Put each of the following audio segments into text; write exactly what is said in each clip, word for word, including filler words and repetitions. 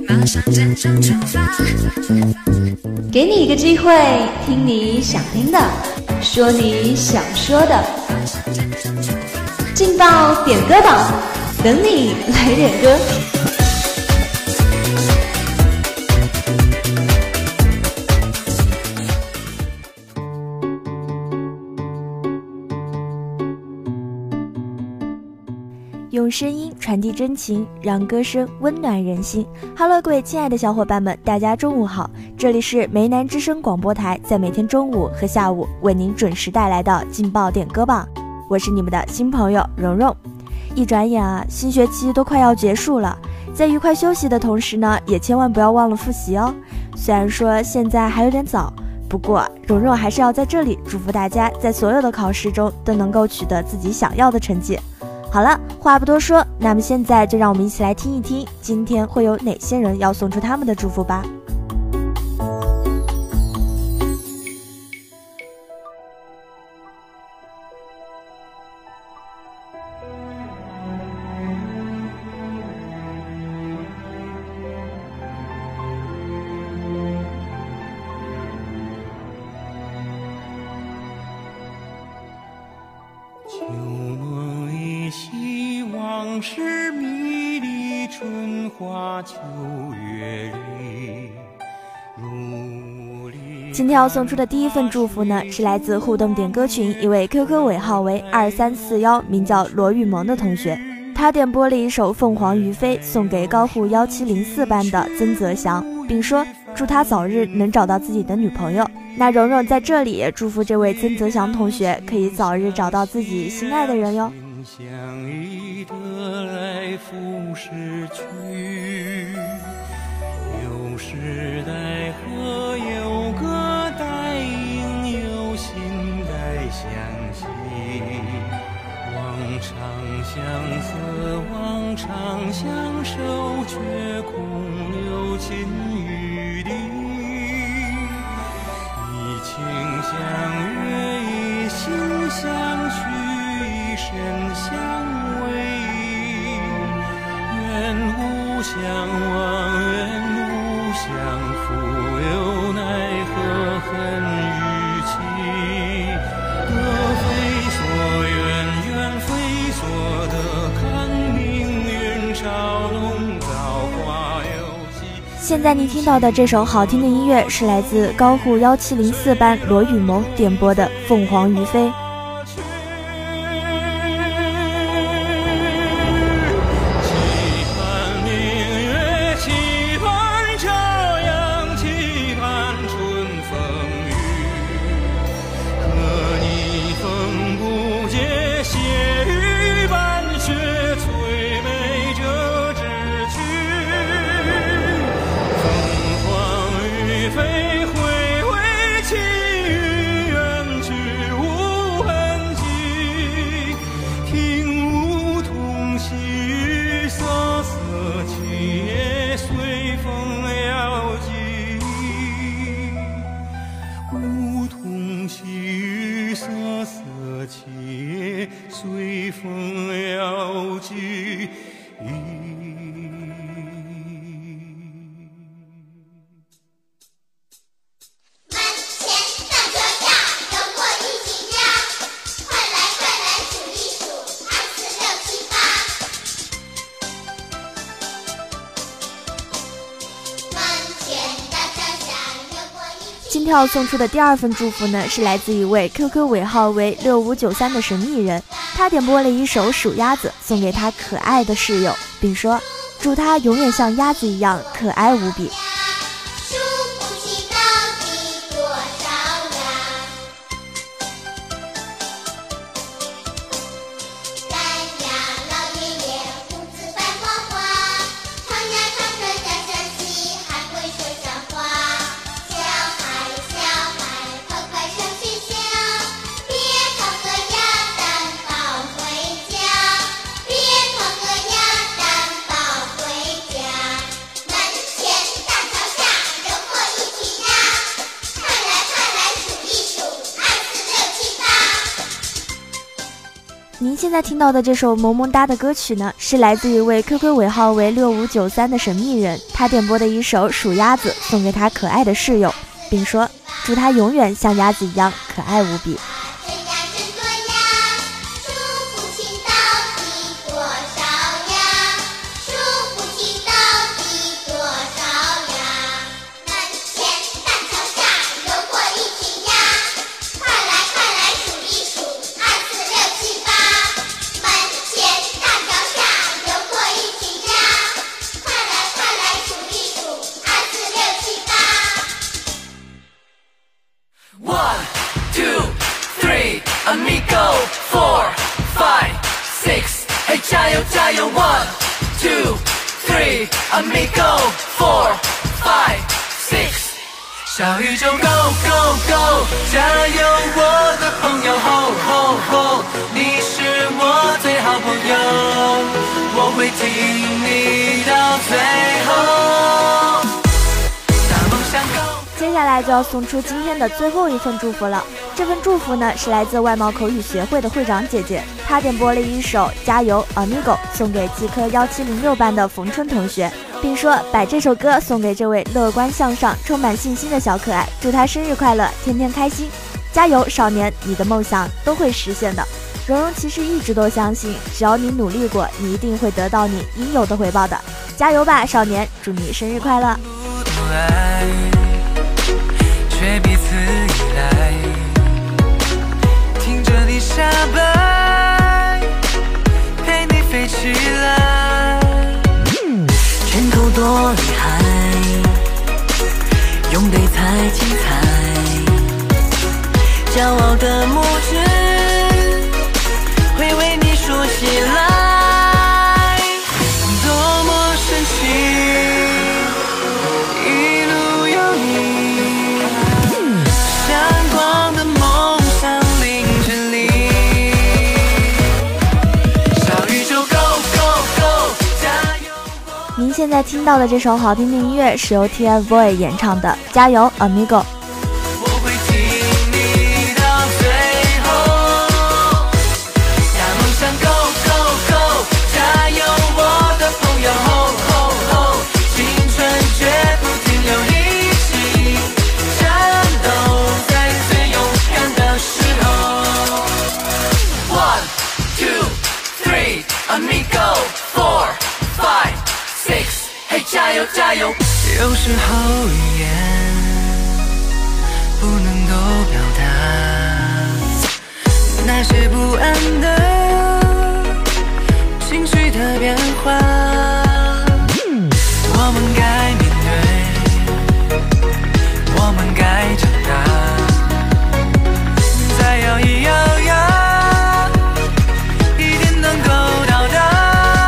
给你一个机会，听你想听的，说你想说的，劲爆点歌榜，等你来点歌。 用声音传递真情，让歌声温暖人心。Hello， 各位亲爱的小伙伴们，大家中午好！这里是梅南之声广播台，在每天中午和下午为您准时带来的劲爆点歌榜。我是你们的新朋友蓉蓉。一转眼啊，新学期都快要结束了，在愉快休息的同时呢，也千万不要忘了复习哦。虽然说现在还有点早，不过蓉蓉还是要在这里祝福大家，在所有的考试中都能够取得自己想要的成绩。好了，话不多说，那么现在就让我们一起来听一听今天会有哪些人要送出他们的祝福吧。 是迷离春花秋月里。 今天要送出的第一份祝福呢，是来自互动点歌群一位 Q Q 尾号为二三四一，名叫罗玉萌的同学。他点播了一首《凤凰于飞》，送给高户一七零四班的曾泽祥，并说祝他早日能找到自己的女朋友。那蓉蓉在这里也祝福这位曾泽祥同学可以早日找到自己心爱的人哟。 相依得来复失去，有时代河有个带影，有心带相惜。往常相思，往常相守，却空留情于地。以情相悦，以心相许，身相偎，愿无相忘，愿无相负，又奈何恨与期。得非所愿，愿非所得，看命运朝龙造化有期。 现在您听到的这首好听的音乐是来自高户一七零四班罗雨萌点播的《凤凰于飞》。 随风摇起。 今天要送出的第二份祝福呢，是来自一位 Q Q 尾号为六五九三的神秘人，他点播了一首数鸭子，送给他可爱的室友，并说祝他永远像鸭子一样可爱无比。 大现在听到的这首萌萌哒的歌曲呢，是来自一位 Q Q 尾号为六五九三的神秘人，他点播的一首《数鸭子》，送给他可爱的室友，并说祝他永远像鸭子一样可爱无比。 Amigo, four, five, six, 嘿，加油加油 ！One, two, three, Amigo, four, five, six， 小宇宙 Go Go Go， 加油我的朋友 Ho Ho Ho， 你是我最好朋友，我会听你到最后。大梦想 Go。 接下来就要送出今天的最后一份祝福了。这份祝福呢，是来自外贸口语协会的会长姐姐，她点播了一首《加油 Amigo》，送给技科一七零六班的冯春同学，并说把这首歌送给这位乐观向上、充满信心的小可爱，祝他生日快乐，天天开心！加油，少年，你的梦想都会实现的。蓉蓉其实一直都相信，只要你努力过，你一定会得到你应有的回报的。加油吧，少年！祝你生日快乐！ 却彼此依赖，听着你下摆，陪你飞起来，拳头多厉害，用对才精彩，骄傲的拇指会为你竖起来，多么神奇。 您现在听到的这首好听的音乐是由 T F Boys 演唱的《加油 Amigo》。 加油加油！有时候语言不能够表达那些不安的情绪的变化，我们该面对，我们该长大，再摇一摇摇，一定能够到达。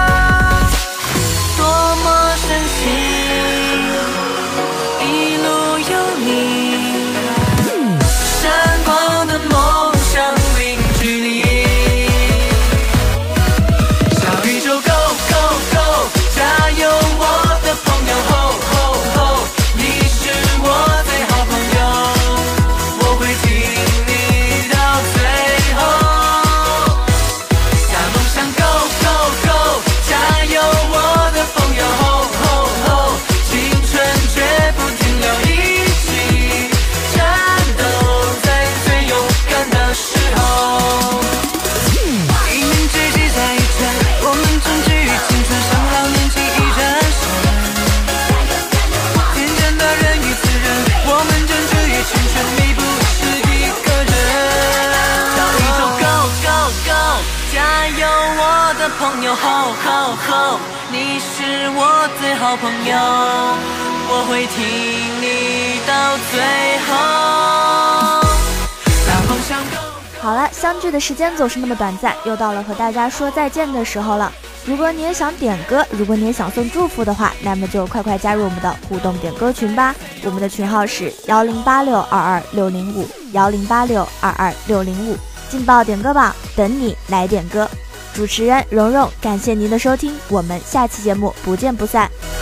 朋友 Ho Ho Ho， 你是我最好朋友，我会听你到最后。大梦想 Go。 好了，相聚的时间总是那么短暂，又到了和大家说再见的时候了。如果你也想点歌，如果你也想送祝福的话，那么就快快加入我们的互动点歌群吧。我们的群号是幺零八六二二六零五幺零八六二二六零五，劲爆点歌榜，等你来点歌。主持人蓉蓉，感谢您的收听，我们下期节目不见不散。